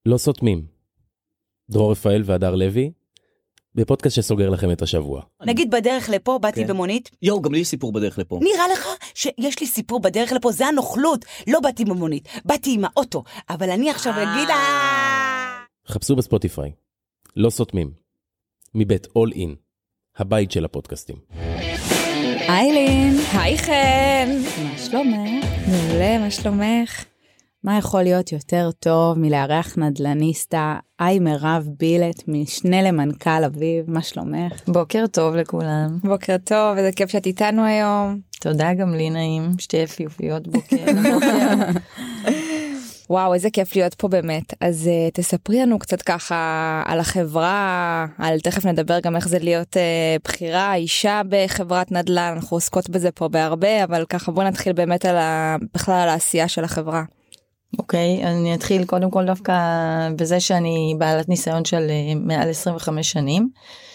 לא סותמים. דרור רפאל והדר לוי, בפודקאסט שסוגר לכם את השבוע. נגיד בדרך לפה, באתי במונית. גם לי יש סיפור בדרך לפה. נראה לך שיש לי סיפור בדרך לפה, זה הנוכלות. לא באתי במונית, באתי עם האוטו. אבל אני עכשיו אגיד... חפשו בספוטיפיי. לא סותמים. מבית All In, הבית של הפודקאסטים. איילין. היי חן. מה שלומך? מעולה, מה שלומך? מה יכול להיות יותר טוב מלארח נדלניסטה, מירב בילט, משנה למנכ"ל אביב, מה שלומך? בוקר טוב לכולם. בוקר טוב, איזה כיף שאת איתנו היום. תודה, גם לי נעים, שתי יפיופיות בוקר. וואו, איזה כיף להיות פה באמת. אז תספרי לנו קצת ככה על החברה, תכף נדבר גם איך זה להיות בחירה, אישה בחברת נדל"ן, אנחנו עוסקות בזה פה בהרבה, אבל ככה בוא נתחיל באמת בכלל על העשייה של החברה. אוקיי, אני אתחיל קודם כל דווקא בזה שאני בעלת ניסיון של מעל 25 שנים,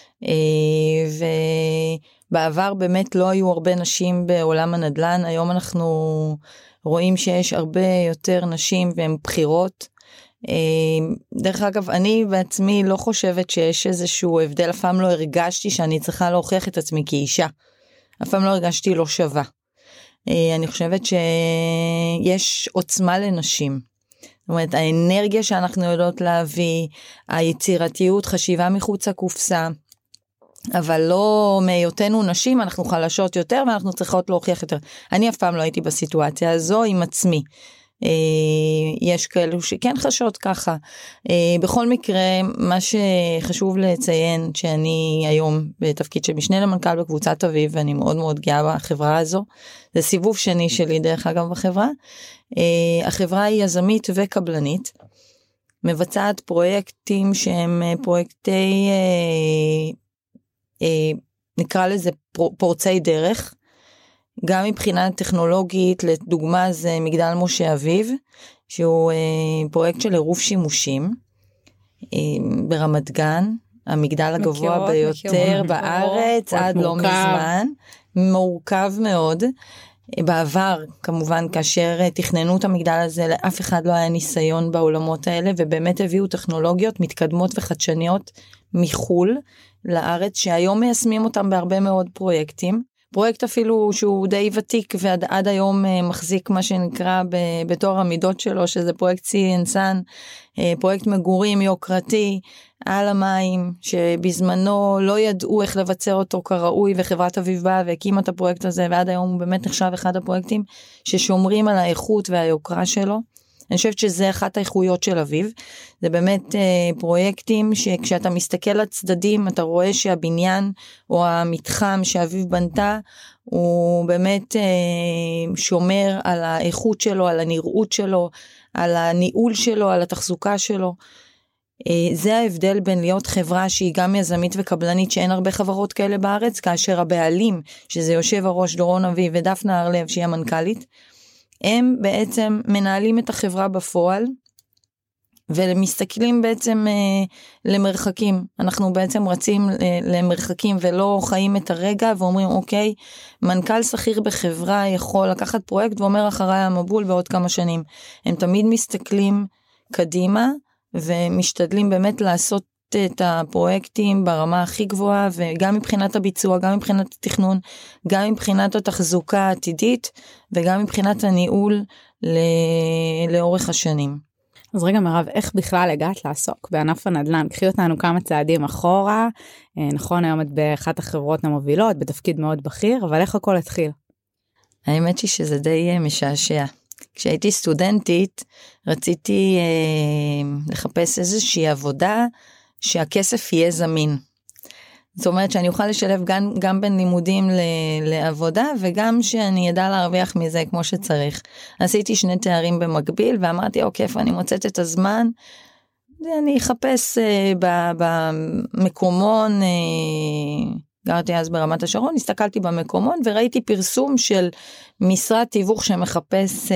ובעבר באמת לא היו הרבה נשים בעולם הנדל"ן, היום אנחנו רואים שיש הרבה יותר נשים והן בחירות. דרך אגב, אני בעצמי לא חושבת שיש איזשהו הבדל, אף פעם לא הרגשתי שאני צריכה להוכיח את עצמי כאישה, אף פעם לא הרגשתי לא שווה. אני חושבת שיש עוצמה לנשים, זאת אומרת האנרגיה שאנחנו יודעות להביא, היצירתיות, חשיבה מחוץ לקופסה, אבל לא מהיותנו נשים אנחנו חלשות יותר ואנחנו צריכות להוכיח יותר. אני אף פעם לא הייתי בסיטואציה הזו עם עצמי, יש כאלו שכן חשות ככה. בכל מקרה, מה שחשוב לציין שאני היום בתפקיד של משנה למנכ"ל בקבוצת אביב, ואני מאוד מאוד גאה בחברה הזו, זה סיבוב שני שלי דרך אגב בחברה. החברה היא יזמית וקבלנית, מבצעת פרויקטים שהם פרויקטי נקרא לזה פורצי דרך, גם מבחינה טכנולוגית, לדוגמה זה מגדל משה אביב, שהוא פרויקט של עירוב שימושים, ברמת גן, המגדל הגבוה ביותר בארץ, עד לא מזמן, מורכב מאוד. בעבר, כמובן, כאשר תכננו את המגדל הזה, לאף אחד לא היה ניסיון בעולמות האלה, ובאמת הביאו טכנולוגיות מתקדמות וחדשניות מחול לארץ, שהיום מיישמים אותם בהרבה מאוד פרויקטים. פרויקט אפילו שהוא די ותיק ועד היום מחזיק מה שנקרא בתור המידות שלו, שזה פרויקט סי-אנסן, פרויקט מגורים יוקרתי על המים, שבזמנו לא ידעו איך לבצע אותו כראוי, וחברת אביב באה והקימה את הפרויקט הזה, ועד היום הוא באמת נחשב אחד הפרויקטים ששומרים על האיכות והיוקרה שלו. אני חושבת שזה אחת האיכויות של אביב, זה באמת פרויקטים שכשאתה מסתכל לצדדים, אתה רואה שהבניין או המתחם שאביב בנתה, הוא באמת שומר על האיכות שלו, על הנראות שלו, על הניהול שלו, על התחזוקה שלו. זה ההבדל בין להיות חברה שהיא גם יזמית וקבלנית, שאין הרבה חברות כאלה בארץ, כאשר הבעלים, שזה יושב הראש דורון אביב ודפנה הרלב, שהיא המנכ"לית, הם בעצם מנהלים את החברה בפועל, ומסתכלים בעצם למרחקים. אנחנו בעצם רצים למרחקים ולא חיים את הרגע, ואומרים אוקיי, מנכ"ל שכיר בחברה יכול לקחת פרויקט ואומר אחריי המבול בעוד כמה שנים. הם תמיד מסתכלים קדימה, ומשתדלים באמת לעשות את הפרויקטים ברמה הכי גבוהה, וגם מבחינת הביצוע, גם מבחינת התכנון, גם מבחינת התחזוקה העתידית, וגם מבחינת הניהול לאורך השנים. אז רגע מירב, איך בכלל הגעת לעסוק בענף הנדל"ן? קחי אותנו כמה צעדים אחורה, נכון היום את באחת החברות המובילות, בתפקיד מאוד בכיר, אבל איך הכל התחיל? האמת היא שזה די משעשע. כשהייתי סטודנטית, רציתי לחפש איזושהי עבודה, שהכסף יהיה זמין. זאת אומרת שאני אוכל לשלב גם בין לימודים לעבודה, וגם שאני ידע להרוויח מזה כמו שצריך. עשיתי 2 תארים במקביל, ואמרתי, אוקיי, איפה אני מוצאת את הזמן? אני אחפש במקומון, גרתי אז ברמת השרון, הסתכלתי במקומון, וראיתי פרסום של משרד תיווך שמחפש,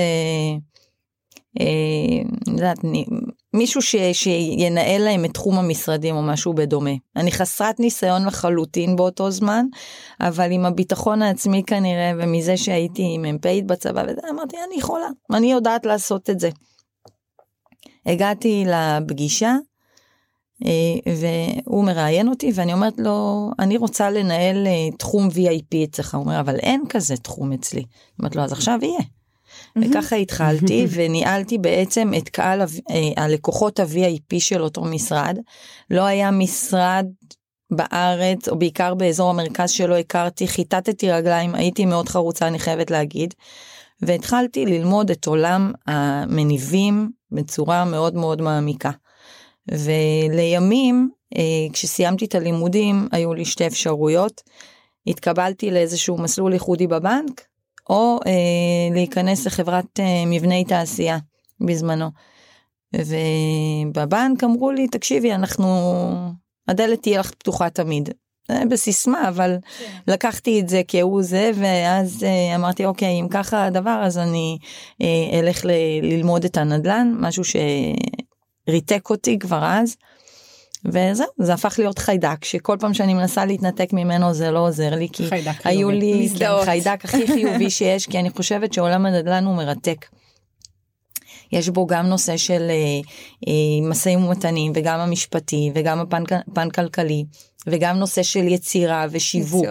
מישהו שינהל להם את תחום המשרדים או משהו בדומה. אני חסרת ניסיון לחלוטין באותו זמן, אבל עם הביטחון העצמי כנראה, ומזה שהייתי מ"פית בצבא, וזה אמרתי, אני יכולה, אני יודעת לעשות את זה. הגעתי לפגישה, והוא מראיין אותי, ואני אומרת לו, אני רוצה לנהל תחום VIP אצלך. הוא אומר, אבל אין כזה תחום אצלי. אומרת לו, אז עכשיו יהיה. וככה התחלתי, וניהלתי בעצם את קהל הלקוחות ה-VIP של אותו משרד. לא היה משרד בארץ, או בעיקר באזור המרכז שלא הכרתי, חיטטתי רגליים, הייתי מאוד חרוצה, אני חייבת להגיד, והתחלתי ללמוד את עולם המניבים בצורה מאוד מאוד מעמיקה. ולימים, כשסיימתי את הלימודים, היו לי שתי אפשרויות, התקבלתי לאיזשהו מסלול ייחודי בבנק, או להיכנס לחברת מבני תעשייה בזמנו. ובבנק אמרו לי, תקשיבי, הדלת תהיה לך פתוחה תמיד. בסיסמה, אבל לקחתי את זה כהוא זה, ואז אמרתי, אוקיי, אם ככה הדבר, אז אני אלך ללמוד את הנדל"ן, משהו שריתק אותי כבר אז, וזהו, זה הפך להיות חיידק, שכל פעם שאני מנסה להתנתק ממנו, זה לא עוזר לי, כי היו לי חיידק הכי חיובי שיש, כי אני חושבת שעולם הנדל"ן הוא מרתק. יש בו גם נושא של משאים ומתנים, וגם המשפטי, וגם הפן כלכלי, וגם נושא של יצירה ושיווק,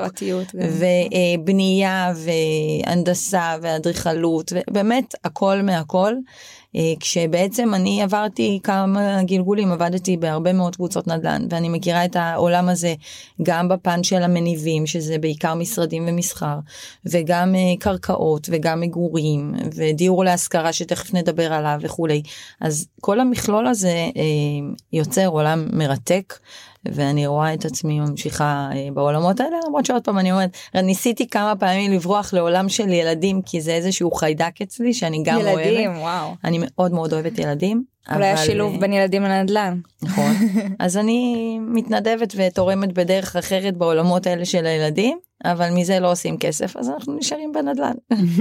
ובנייה והנדסה ואדריכלות, ובאמת הכל מהכל, כשבעצם אני עברתי כמה גלגולים, עבדתי בהרבה מאוד קבוצות נדל"ן, ואני מכירה את העולם הזה גם בפן של המניבים, שזה בעיקר משרדים ומסחר, וגם קרקעות, וגם מגורים, ודיור להשכרה שתכף נדבר עליו וכולי. אז כל המכלול הזה יוצר עולם מרתק, ואני רואה את עצמי ממשיכה בעולמות האלה, למרות שעוד פעם אני אומרת, ניסיתי כמה פעמים לברוח לעולם של ילדים, כי זה איזשהו חיידק אצלי, שאני גם אוהבת. ילדים, וואו. אני מאוד מאוד אוהבת ילדים. אולי השילוב בין ילדים לנדל"ן. נכון. אז אני מתנדבת ותורמת בדרך אחרת בעולמות האלה של הילדים, אבל מזה לא עושים כסף, אז אנחנו נשארים בנדל"ן.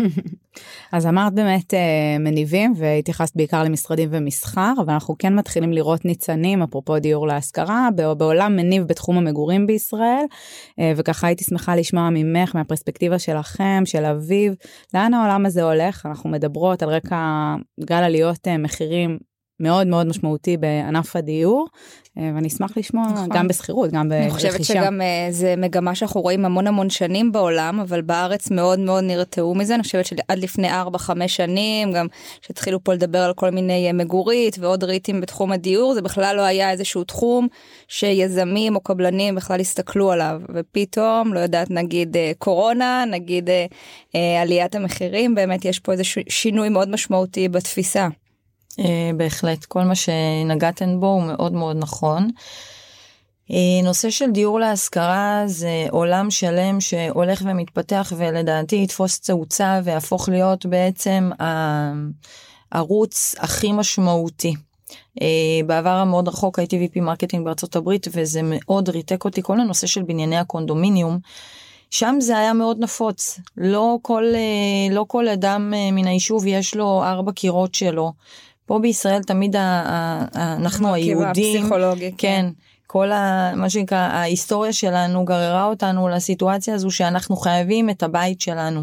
אז אמרת באמת מניבים, והתייחסת בעיקר למשרדים ומסחר, אבל אנחנו כן מתחילים לראות ניצנים, אפרופו דיור להשכרה, בעולם מניב בתחום המגורים בישראל, וככה הייתי שמחה לשמוע ממך, מהפרספקטיבה שלכם, של אביב, לאן העולם הזה הולך? אנחנו מדברות על רקע גל עליות מחירים, מאוד מאוד משמעותי בענף הדיור, ואני אשמח לשמוע גם בסחירות, גם ברכישה. אני חושבת שגם זה מגמה שאנחנו רואים המון שנים בעולם, אבל בארץ מאוד מאוד נרתעו מזה, אני חושבת שעד לפני 4-5 שנים, גם שהתחילו פה לדבר על כל מיני מגורית ועוד ריטים בתחום הדיור, זה בכלל לא היה איזשהו תחום שיזמים או קבלנים בכלל הסתכלו עליו, ופתאום, לא יודעת, נגיד קורונה, נגיד עליית המחירים, באמת יש פה איזשהו שינוי מאוד משמעותי בתפיסה. בהחלט, כל מה שנגעתן בו הוא מאוד מאוד נכון. נושא של דיור להשכרה זה עולם שלם שהולך ומתפתח, ולדעתי יתפוס צאוצה והפוך להיות בעצם הערוץ הכי משמעותי. בעבר המאוד רחוק הייתי VP מרקטינג בארצות הברית, וזה מאוד ריתק אותי, כל הנושא של בנייני הקונדומיניום, שם זה היה מאוד נפוץ, לא כל אדם מן היישוב יש לו 4 קירות שלו, פה בישראל תמיד אנחנו היהודים, כן, כל מה שנקרא, ההיסטוריה שלנו גררה אותנו לסיטואציה הזו שאנחנו חייבים את הבית שלנו.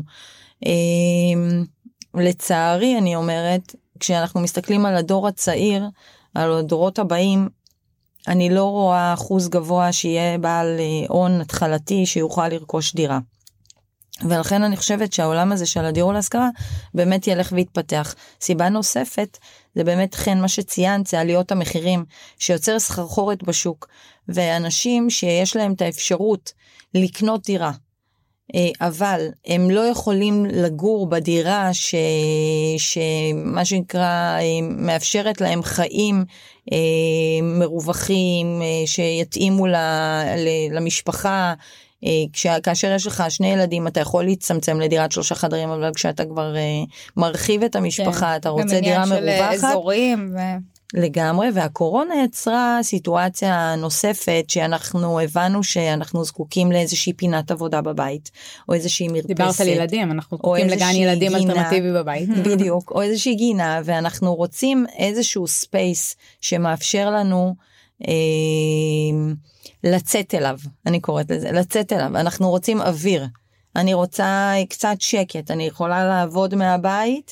לצערי אני אומרת, כשאנחנו מסתכלים על הדור הצעיר, על הדורות הבאים, אני לא רואה אחוז גבוה שיהיה בעל הון התחלתי שיוכל לרכוש דירה. ולכן אני חושבת שהעולם הזה של הדיור להשכרה באמת ילך ויתפתח. סיבה נוספת, זה באמת כן מה שציינת, זה עליות המחירים, שיוצר סחרחורת בשוק, ואנשים שיש להם את האפשרות לקנות דירה, אבל הם לא יכולים לגור בדירה שמה שנקרא מאפשרת להם חיים מרווחים, שיתאימו למשפחה, כאשר יש לך 2 ילדים, אתה יכול להצטמצם לדירת 3 חדרים, אבל כשאתה כבר מרחיב את המשפחה, אתה רוצה דירה מרווחת. אזורים לגמרי, והקורונה יצרה סיטואציה נוספת, שאנחנו הבנו שאנחנו זקוקים לאיזושהי פינת עבודה בבית, או איזושהי מרפסת. דיברת על ילדים, אנחנו זקוקים לגן ילדים אלטרנטיבי בבית. בדיוק, או איזושהי גינה, ואנחנו רוצים איזשהו ספייס, שמאפשר לנו לצאת אליו, אני קוראת לזה, לצאת אליו, אנחנו רוצים אוויר, אני רוצה קצת שקט, אני יכולה לעבוד מהבית,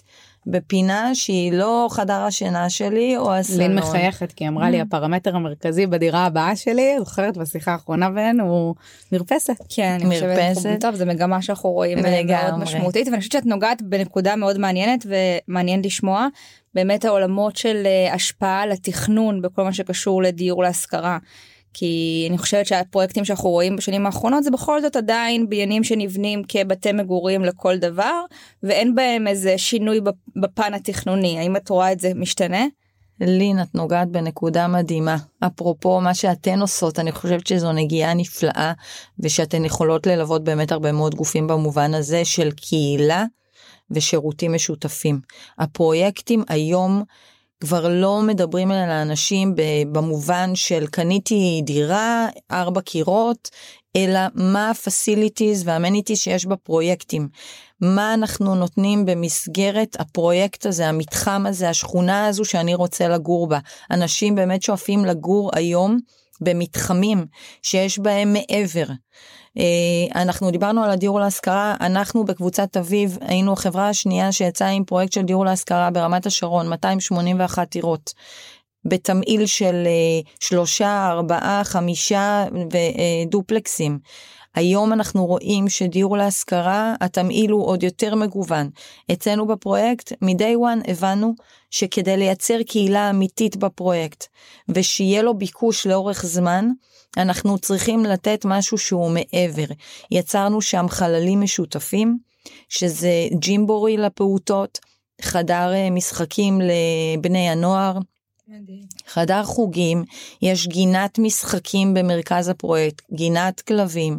בפינה שהיא לא חדר השינה שלי או הסלון. לין מחייכת, כי אמרה לי, הפרמטר המרכזי בדירה הבאה שלי, זוכרת בשיחה האחרונה בינינו, הוא מרפסת. כן, אני חושבת, טוב, זה מגמה שאנחנו רואים מאוד משמעותית, ואני חושבת שאת נוגעת בנקודה מאוד מעניינת, ומעניין לשמוע, באמת העולמות של השפעה על התכנון, בכל מה שקשור לדיור להשכרה. כי אני חושבת שהפרויקטים שאנחנו רואים בשנים האחרונות זה בכל זאת עדיין בניינים שנבנים כבתי מגורים לכל דבר, ואין בהם איזה שינוי בפן התכנוני. האם את רואה את זה משתנה? לין, את נוגעת בנקודה מדהימה. אפרופו מה שאתן עושות, אני חושבת שזו נגיעה נפלאה, ושאתן יכולות ללוות באמת הרבה מאוד גופים במובן הזה של קהילה ושירותים משותפים. הפרויקטים היום כבר לא מדברים על האנשים במובן של קניתי דירה, 4 קירות, אלא מה ה-facilities וה-amenities שיש בפרויקטים. מה אנחנו נותנים במסגרת הפרויקט הזה, המתחם הזה, השכונה הזו שאני רוצה לגור בה. אנשים באמת שואפים לגור היום במתחמים שיש בהם מעבר. אנחנו דיברנו על הדיור להשכרה, אנחנו בקבוצת אביב היינו החברה השנייה שיצאה עם פרויקט של דיור להשכרה ברמת השרון, 281 דירות, בתמעיל של 3, 4, 5 ודופלקסים. היום אנחנו רואים שדיור להשכרה, התמעיל הוא עוד יותר מגוון. אצלנו בפרויקט, מדי וואן הבנו שכדי לייצר קהילה אמיתית בפרויקט, ושיהיה לו ביקוש לאורך זמן, אנחנו צריכים לתת משהו שהוא מעבר. יצרנו שם חללים משותפים, שזה ג'ימבורי לפעוטות, חדר משחקים לבני הנוער, חדר חוגים, יש גינת משחקים במרכז הפרויקט, גינת כלבים,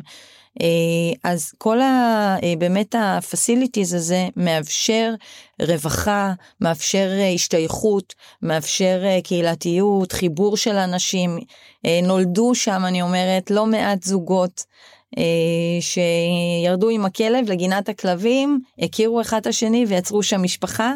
אז כל באמת ה-facilities הזה מאפשר רווחה, מאפשר השתייכות, מאפשר קהילתיות, חיבור של אנשים, נולדו שם אני אומרת לא מעט זוגות, שירדו עם הכלב לגינת הכלבים, הכירו אחד את השני ויצרו שם משפחה,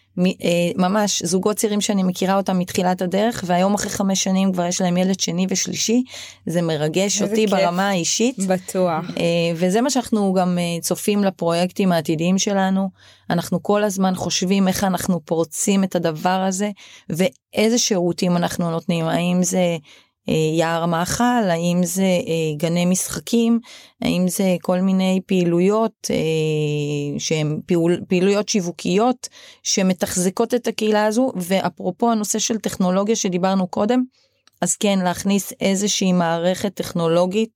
ממש זוגות צעירים שאני מכירה אותם מתחילת הדרך, והיום אחרי 5 שנים כבר יש להם ילד שני ושלישי, זה מרגש אותי כיף. ברמה האישית. בטוח. וזה מה שאנחנו גם צופים לפרויקטים העתידיים שלנו, אנחנו כל הזמן חושבים איך אנחנו פורצים את הדבר הזה, ואיזה שירותים אנחנו נותנים, האם זה יער מאכל, האם זה גני משחקים, האם זה כל מיני פעילויות שהן פעילויות שיווקיות שמתחזקות את הקהילה הזו, ואפרופו הנושא של טכנולוגיה שדיברנו קודם, אז כן להכניס איזושהי מערכת טכנולוגית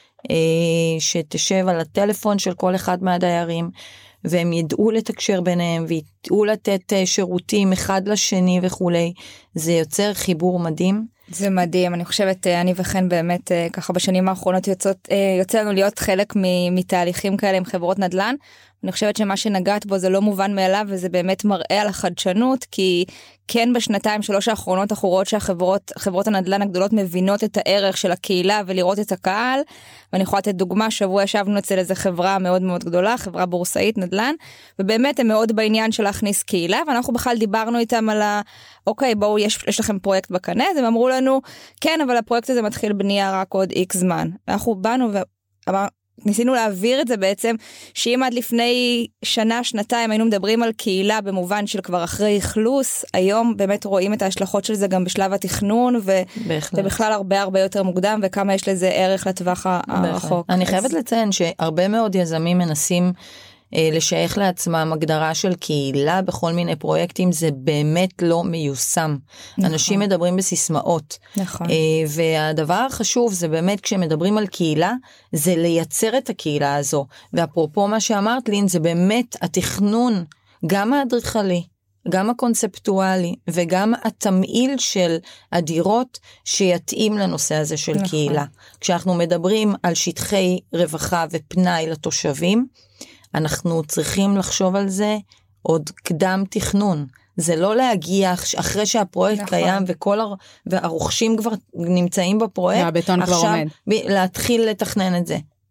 שתשב על הטלפון של כל אחד מהדיירים, והם ידעו לתקשר ביניהם וידעו לתת שירותים אחד לשני וכולי, זה יוצר חיבור מדהים. זה מדהים, אני חושבת, אני וכן באמת ככה בשנים האחרונות יוצא לנו להיות חלק מתהליכים כאלה עם חברות נדל"ן, אני חושבת שמה שנגעת בו זה לא מובן מאליו, וזה באמת מראה על החדשנות, כי כן ב2-3 האחרונות אנחנו רואות שהחברות הנדל"ן הגדולות מבינות את הערך של הקהילה ולראות את הקהל, ואני יכולה לתת דוגמה, שבוע ישבנו אצל איזו חברה מאוד מאוד גדולה, חברה בורסאית נדל"ן, ובאמת הם מאוד בעניין של להכניס קהילה, ואנחנו בכלל דיברנו איתם על אוקיי, בואו, יש לכם פרויקט בקנה, אז הם אמרו לנו, כן, אבל הפרויקט הזה מתחיל בנייה רק עוד X זמן. ואנחנו באנו ניסינו להעביר את זה בעצם, שאם עד לפני שנה, שנתיים היינו מדברים על קהילה במובן של כבר אחרי אכלוס, היום באמת רואים את ההשלכות של זה גם בשלב התכנון, ובכלל הרבה יותר מוקדם, וכמה יש לזה ערך לטווח הרחוק. אני חייבת לציין שהרבה מאוד יזמים מנסים לשייך לעצמם הגדרה של קהילה בכל מיני פרויקטים, זה באמת לא מיושם. נכון. אנשים מדברים בסיסמאות. נכון. והדבר החשוב זה באמת כשמדברים על קהילה, זה לייצר את הקהילה הזו. ואפרופו מה שאמרת לין, זה באמת התכנון, גם האדריכלי, גם הקונספטואלי, וגם התמעיל של הדירות שיתאים לנושא הזה של נכון. קהילה. כשאנחנו מדברים על שטחי רווחה ופנאי לתושבים, אנחנו צריכים לחשוב על זה עוד קדם תכנון. זה לא להגיע אחרי שהפרויקט נכון. קיים והרוכשים כבר נמצאים בפרויקט. והבטון כבר עומד. להתחיל לתכנן את זה.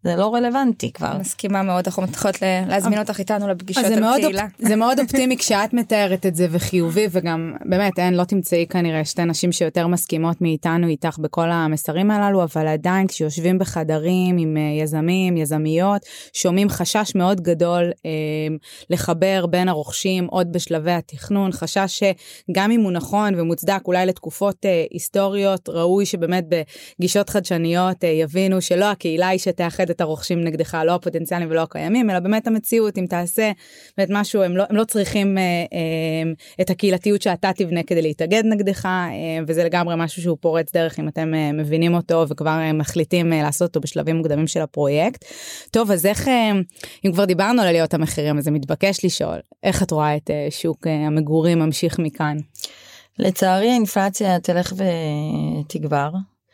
זה לא רלוונטי כבר. מסכימה מאוד, אנחנו מתחילות להזמין אותך איתנו לפגישות על קהילה. זה מאוד אופטימי כשאת מתארת את זה וחיובי, וגם באמת לא תמצאי כנראה שתי נשים שיותר מסכימות מאיתנו איתך בכל המסרים הללו, אבל עדיין כשיושבים בחדרים עם יזמים, יזמיות, שומעים חשש מאוד גדול לחבר בין הרוכשים עוד בשלבי התכנון, חשש שגם אם הוא נכון ומוצדק אולי לתקופות היסטוריות, ראוי שבאמת בגישות חדשניות יבינו שלא הקהילה היא שתאחד את הרוכשים נגדך, לא הפוטנציאלים ולא הקיימים, אלא באמת המציאות, אם תעשה באמת משהו, הם לא צריכים את הקהילתיות שאתה תבנה כדי להתאגד נגדך, וזה לגמרי משהו שהוא פורץ דרך אם אתם מבינים אותו וכבר מחליטים לעשות אותו בשלבים מוקדמים של הפרויקט. טוב, אז איך, אם כבר דיברנו על עליות המחירים, אז זה מתבקש לשאול, איך את רואה את שוק המגורים ממשיך מכאן? לצערי האינפלציה תלך ותגבר.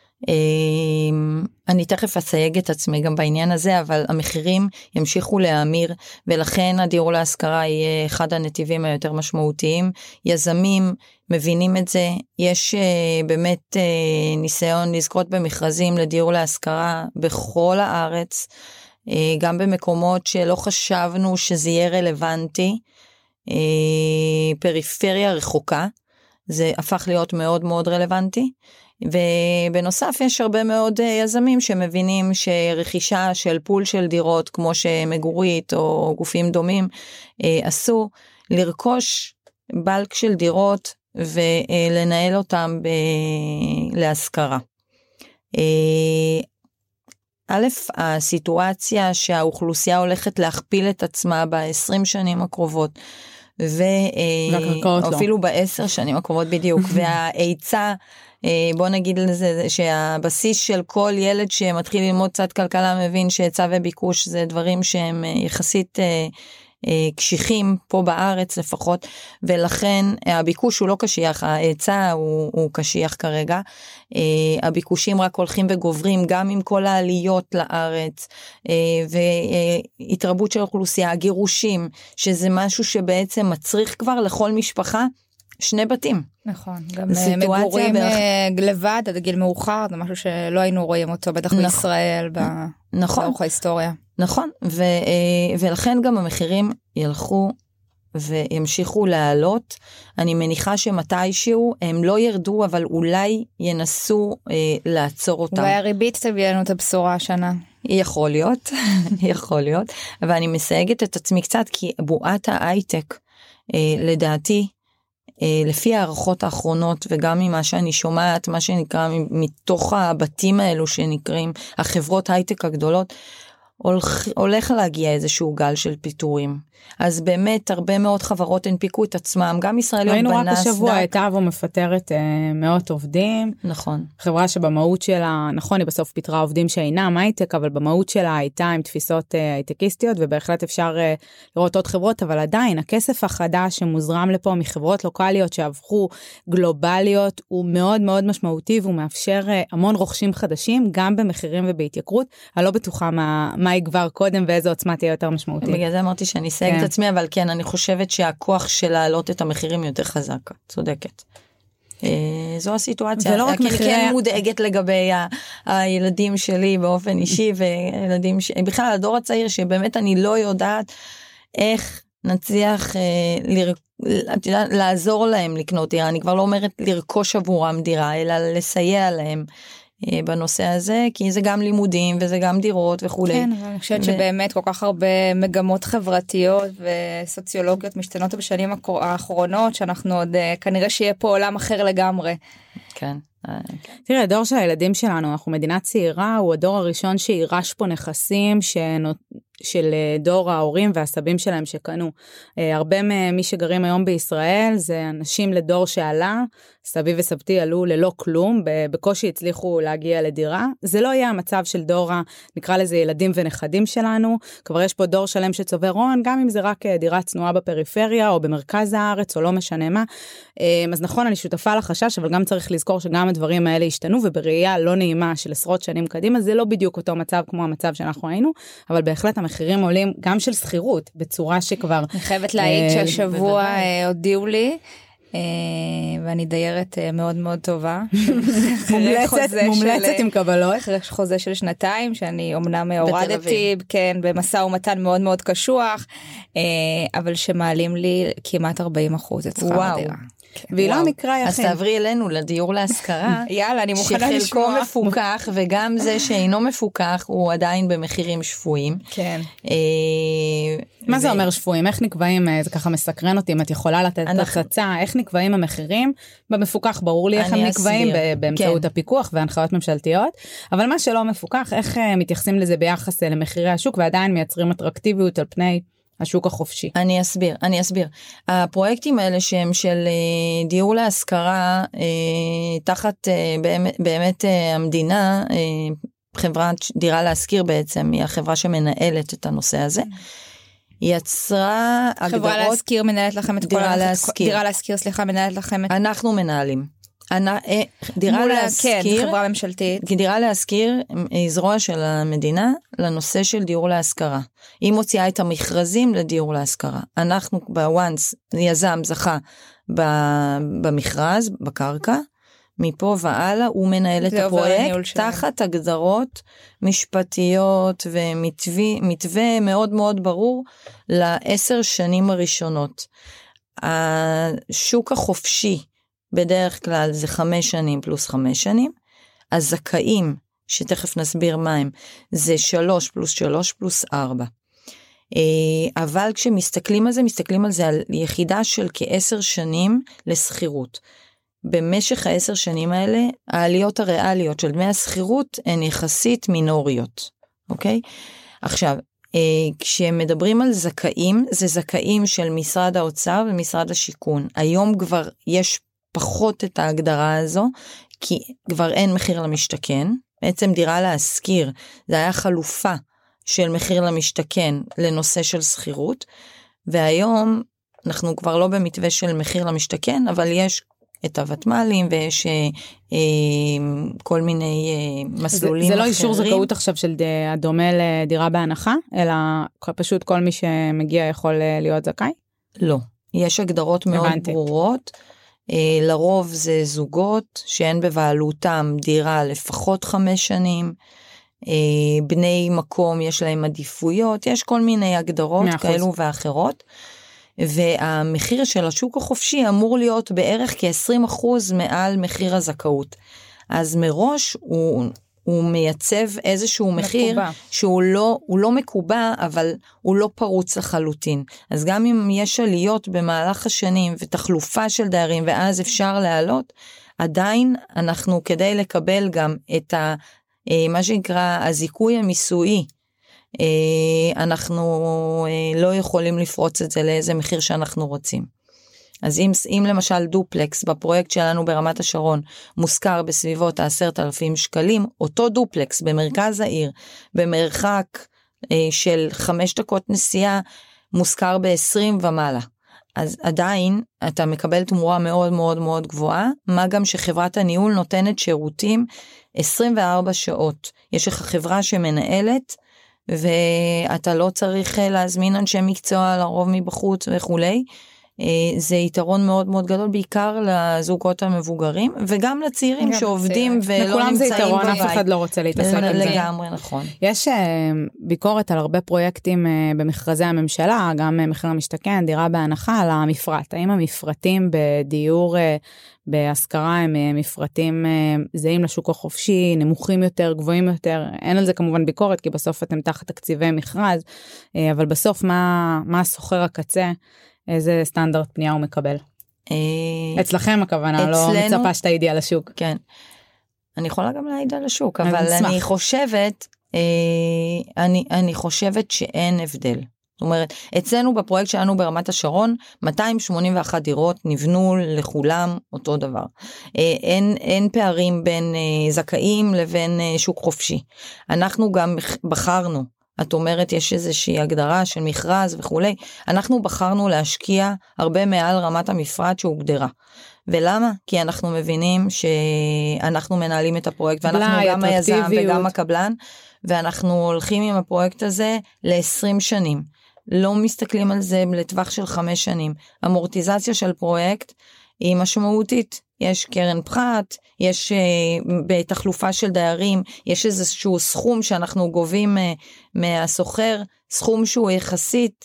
אני תכף אסייג את עצמי גם בעניין הזה, אבל המחירים ימשיכו להאמיר, ולכן הדיור להשכרה יהיה אחד הנתיבים היותר משמעותיים. יזמים מבינים את זה, יש באמת ניסיון לזכות במכרזים לדיור להשכרה בכל הארץ, גם במקומות שלא חשבנו שזה יהיה רלוונטי, פריפריה רחוקה, זה הפך להיות מאוד מאוד רלוונטי, ובנוסף יש הרבה מאוד יזמים שמבינים שרכישה של פול של דירות כמו שמגורית או גופים דומים עשו, לרכוש בלק של דירות ולנהל אותם להשכרה. א', הסיטואציה שהאוכלוסייה הולכת להכפיל את עצמה ב-20 שנים הקרובות, ואפילו ב10 שנים הקרובות בדיוק, וההיצע, בוא נגיד לזה, שהבסיס של כל ילד שמתחיל ללמוד קצת כלכלה מבין שהיצע וביקוש זה דברים שהם יחסית קשיחים פה בארץ לפחות, ולכן הביקוש הוא לא קשיח, ההיצע הוא קשיח כרגע, הביקושים רק הולכים וגוברים גם עם כל העליות לארץ, והתרבות של אוכלוסייה, גירושים, שזה משהו שבעצם מצריך כבר לכל משפחה 2 בתים. נכון, גם מגורים לבד עד גיל מאוחר, זה משהו שלא היינו רואים אותו, בטח בישראל, באורך ההיסטוריה. נכון, ולכן גם המחירים ילכו וימשיכו לעלות. אני מניחה שמתישהו הם לא ירדו, אבל אולי ינסו לעצור אותם. אולי הריבית תביא לנו את הבשורה השנה. יכול להיות, יכול להיות, אבל אני מסייגת את עצמי קצת, כי בועת ההייטק, לדעתי, לפי הערכות האחרונות, וגם ממה שאני שומעת, מה שנקרא מתוך הבתים האלו שנקראים, החברות הייטק הגדולות, הולך להגיע איזשהו גל של פיטורים. אז באמת הרבה מאוד חברות הנפיקו את עצמם, גם ישראליות בנסדק. ראינו רק השבוע את אבו מפטרת מאות עובדים. נכון. חברה שבמהות שלה, נכון, היא בסוף פיטרה עובדים שאינם הייטק, אבל במהות שלה הייתה עם תפיסות הייטקיסטיות, ובהחלט אפשר לראות עוד חברות, אבל עדיין הכסף החדש שמוזרם לפה מחברות לוקליות שהפכו גלובליות, הוא מאוד מאוד משמעותי, והוא מאפשר המון רוכשים חדשים, גם במחירים ובהתייקרות. אני לא בטוחה מה יגבר קודם ואיזו עוצמה תהיה יותר משמעותית. בגלל זה אמרתי שאני אסייג את עצמי, אבל כן, אני חושבת שהכוח של להעלות את המחירים יותר חזק, צודקת. זו הסיטואציה. ולא רק מחירי... כן מודאגת לגבי הילדים שלי באופן אישי, וילדים בכלל הדור הצעיר, שבאמת אני לא יודעת איך נצליח לעזור להם לקנות דירה. אני כבר לא אומרת לרכוש עבורם דירה, אלא לסייע להם בנושא הזה, כי זה גם לימודים וזה גם דירות וכו'. כן, אבל אני חושבת שבאמת כל כך הרבה מגמות חברתיות וסוציולוגיות משתנות בשנים האחרונות, שאנחנו עוד כנראה שיהיה פה עולם אחר לגמרי. כן. תראה, הדור של הילדים שלנו, אנחנו מדינה צעירה, הוא הדור הראשון שירש פה נכסים של דור ההורים והסבים שלהם שקנו. הרבה ממי שגרים היום בישראל זה אנשים לדור שעלה, סבי וסבתי עלו ללא כלום, בקושי הצליחו להגיע לדירה. זה לא יהיה המצב של דור, נקרא לזה ילדים ונכדים שלנו, כבר יש פה דור שלם שצובר הון, גם אם זה רק דירה צנועה בפריפריה או במרכז הארץ או לא משנה מה. אז נכון, אני שותפה לחשש, אבל גם צריך לזכור שגם הדברים האלה השתנו, ובראייה לא נעימה של עשרות שנים קדימה, זה לא בדיוק אותו מצב כמו המצב שאנחנו היינו, אבל בהחלט המחירים עולים גם של שכירות, בצורה שכבר... אני חייבת להעיד שהשבוע הודיעו לי, ואני דיירת מאוד מאוד טובה. מומלצת עם קבלות. אחרי חוזה של 2 שאני אומנם הורדתי, כן, במשא ומתן מאוד מאוד קשוח, אבל שמעלים לי כמעט 40% את שכר הדירה. והיא לא המקרה היחיד. אז תעברי אלינו לדיור להשכרה. יאללה, אני מוכנה לשמוע. שחלקו מפוקח, וגם זה שאינו מפוקח, הוא עדיין במחירים שפויים. כן. מה זה אומר שפויים? איך נקבעים? זה ככה מסקרן אותי, אם את יכולה לתת הצצה, איך נקבעים המחירים? במפוקח ברור לי איך הם נקבעים באמצעות הפיקוח והנחיות ממשלתיות, אבל מה שלא מפוקח, איך מתייחסים לזה ביחס למחירי השוק, ועדיין מייצרים אטרקטיביות על פני השוק החופשי. אני אסביר. הפרויקטים האלה שהם של דיור להשכרה, תחת באמת המדינה, חברת דירה להשכיר בעצם, היא החברה שמנהלת את הנושא הזה, יצרה הגדרות... חברה להשכיר מנהלת לכם את דירה להשכיר. דירה להשכיר, סליחה, מנהלת לכם את... אנחנו מנהלים. דירה להשכיר, כן, חברה ממשלתית. דירה להשכיר היא זרוע של המדינה לנושא של דיור להשכרה. היא מוציאה את המכרזים לדיור להשכרה. אנחנו בוואנס, יזם זכה במכרז, בקרקע, מפה והלאה הוא מנהל את הפרויקט תחת הגדרות משפטיות ומתווה מאוד מאוד ברור ל10 שנים הראשונות. השוק החופשי בדרך כלל זה 5 שנים פלוס 5 שנים, הזכאים, שתכף נסביר מהם, זה 3 פלוס 3 פלוס 4. אבל כשמסתכלים על זה, מסתכלים על זה על יחידה של כ10 שנים לסחירות. במשך 10 שנים האלה, העליות הריאליות של דמי הסחירות הן יחסית מינוריות. אוקיי? עכשיו, כשמדברים על זכאים, זה זכאים של משרד האוצר ומשרד השיכון. היום כבר יש פחות את ההגדרה הזו, כי כבר אין מחיר למשתכן. בעצם דירה להשכיר, זה היה חלופה של מחיר למשתכן לנושא של שכירות, והיום אנחנו כבר לא במתווה של מחיר למשתכן, אבל יש את הוותמ"לים ויש כל מיני מסלולים אחרים. זה לא אישור זכאות עכשיו של הדומה לדירה בהנחה, אלא פשוט כל מי שמגיע יכול להיות זכאי? לא, יש הגדרות מאוד ברורות, לרוב זה זוגות שאין בבעלותם דירה לפחות 5 שנים, בני מקום יש להם עדיפויות, יש כל מיני הגדרות כאלו ואחרות, והמחיר של השוק החופשי אמור להיות בערך כ-20% מעל מחיר הזכאות. אז מראש הוא מייצב איזשהו מחיר שהוא לא מקובע, אבל הוא לא פרוץ לחלוטין. אז גם אם יש עליות במהלך השנים ותחלופה של דיירים, ואז אפשר לעלות, עדיין אנחנו כדי לקבל גם את מה שנקרא הזיכוי המיסויי, אנחנו לא יכולים לפרוץ את זה לאיזה מחיר שאנחנו רוצים. אז אם למשל דופלקס בפרויקט שלנו ברמת השרון מושכר בסביבות 10,000 שקלים, אותו דופלקס במרכז העיר, במרחק של 5 דקות נסיעה, מושכר ב-20 ומעלה. אז עדיין אתה מקבל תמורה מאוד מאוד מאוד גבוהה, מה גם שחברת הניהול נותנת שירותים 24 שעות. יש לך חברה שמנהלת, ואתה לא צריך להזמין אנשי מקצוע לרוב מבחוץ וכולי. זה יתרון מאוד מאוד גדול, בעיקר לזוגות המבוגרים, וגם לצעירים שעובדים ולא נמצאים בבית. לכולם זה יתרון, אף אחד לא רוצה להתעסק עם זה. לגמרי, נכון. יש ביקורת על הרבה פרויקטים במכרזי הממשלה, גם מחיר למשתכן, דירה בהנחה, על המפרט. האם המפרטים בדיור בהשכרה הם מפרטים זהים לשוק החופשי, נמוכים יותר, גבוהים יותר? אין על זה כמובן ביקורת, כי בסוף אתם תחת תקציבי מכרז, אבל בסוף מה הסוחר הקצה, איזה סטנדרט פנייה הוא מקבל? אצלכם הכוונה, לא מצפה שתעידי על השוק. כן. אני יכולה גם להעיד על השוק, אבל אני חושבת שאין הבדל. זאת אומרת, אצלנו בפרויקט שלנו ברמת השרון, 281 דירות נבנו לכולם אותו דבר. אין פערים בין זכאים לבין שוק חופשי. אנחנו גם בחרנו, את אומרת, יש איזושהי הגדרה של מכרז וכולי, אנחנו בחרנו להשקיע הרבה מעל רמת המפרט שהוגדרה. ולמה? כי אנחנו מבינים שאנחנו מנהלים את הפרויקט, ואנחנו גם היזם וגם הקבלן, ואנחנו הולכים עם הפרויקט הזה ל-20 שנים. לא מסתכלים על זה לטווח של 5 שנים. אמורטיזציה של פרויקט היא משמעותית. יש קרן פחת, יש בתחלופה של דיירים, יש איזשהו סכום שאנחנו גובים מהסוחר, סכום שהוא יחסית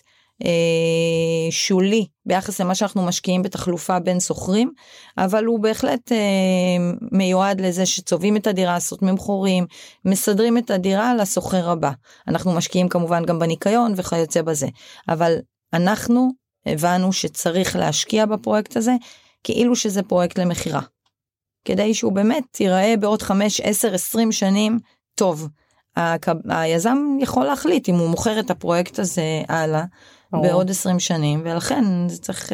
שולי ביחס למה שאנחנו משקיעים בתחלופה בין סוחרים, אבל הוא בהחלט מיועד לזה שצובעים את הדירה, סותמים חורים, מסדרים את הדירה לסוחר הבא. אנחנו משקיעים כמובן גם בניקיון וכיוצא בזה, אבל אנחנו הבנו שצריך להשקיע בפרויקט הזה, כאילו שזה פרויקט למחירה. כדי שהוא באמת ייראה בעוד 5, 10, 20 שנים טוב. היזם יכול להחליט אם הוא מוכר את הפרויקט הזה הלאה, בעוד 20 שנים, ולכן זה צריך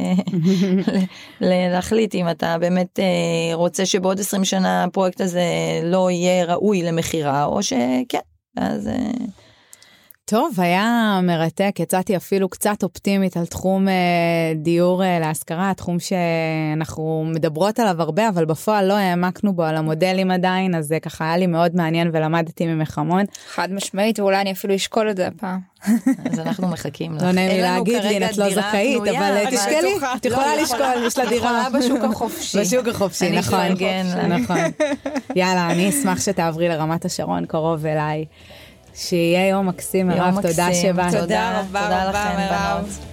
להחליט אם אתה באמת רוצה שבעוד 20 שנה הפרויקט הזה לא יהיה ראוי למחירה, או שכן, אז... טוב, היה מרתק, יצאתי אפילו קצת אופטימית על תחום דיור להשכרה, תחום שאנחנו מדברות עליו הרבה, אבל בפועל לא העמקנו בו על המודלים עדיין, אז זה ככה היה לי מאוד מעניין ולמדתי ממך המון. חד משמעית, ואולי אני אפילו אשקול את זה הפעם. אז אנחנו מחכים לך. לא נעים לי להגיד לי, את לא זכאית, אבל תשקלי, את יכולה לשקול, יש לה דירה. יכולה בשוק החופשי. בשוק החופשי, נכון. נכון. יאללה, אני אשמח שתעברי לרמת השרון קרוב אליי. שיהיה יום מקסים, מירב, תודה שבאת. תודה רבה, תודה לכם, בנות.